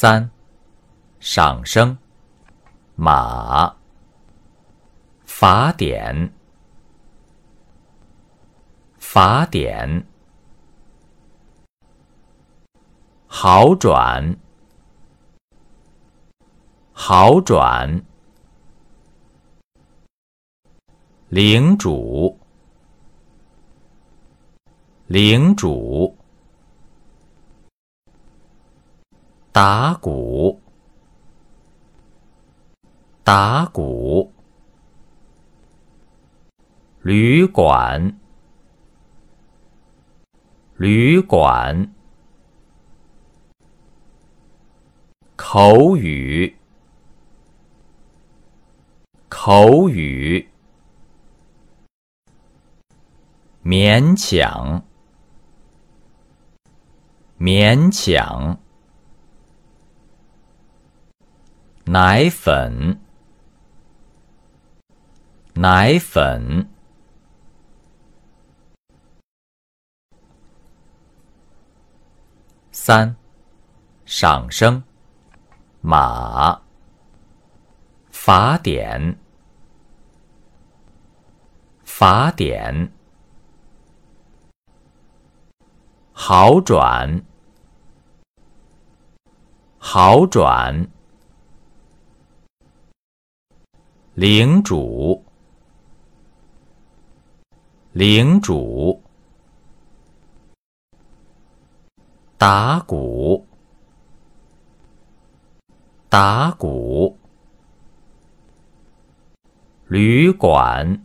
3. 上升，马，法典，法典，好转，好转，领主，领主，打鼓，打鼓，旅馆，旅馆，口语，口语，勉强，勉强，奶粉，奶粉，3. 上升，马，法典，法典，好转，好转，领主，领主，打鼓，打鼓，旅馆，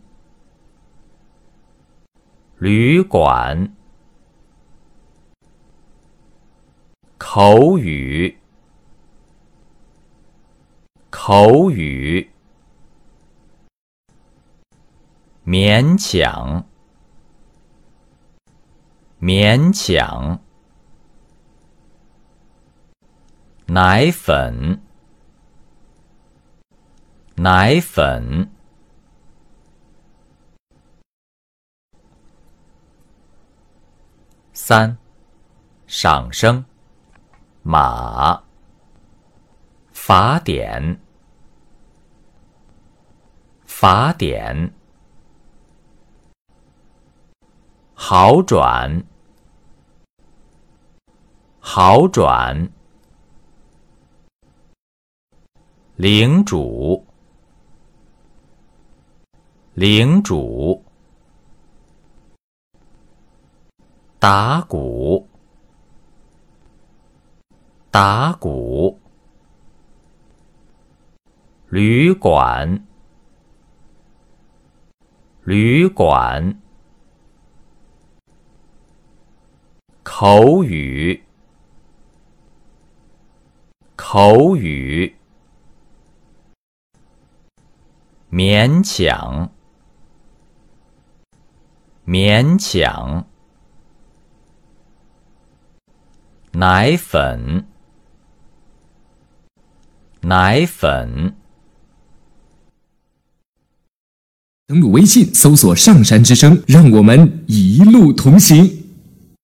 旅馆，口语，口语，勉强，勉强，奶粉，奶粉，3. 上升，马，法典，法典，好转，好转，领主，领主，打鼓，打鼓，旅馆，旅馆，口语，口语，勉强，勉强，奶粉，奶粉。 登录微信搜索上山之声，让我们一路同行。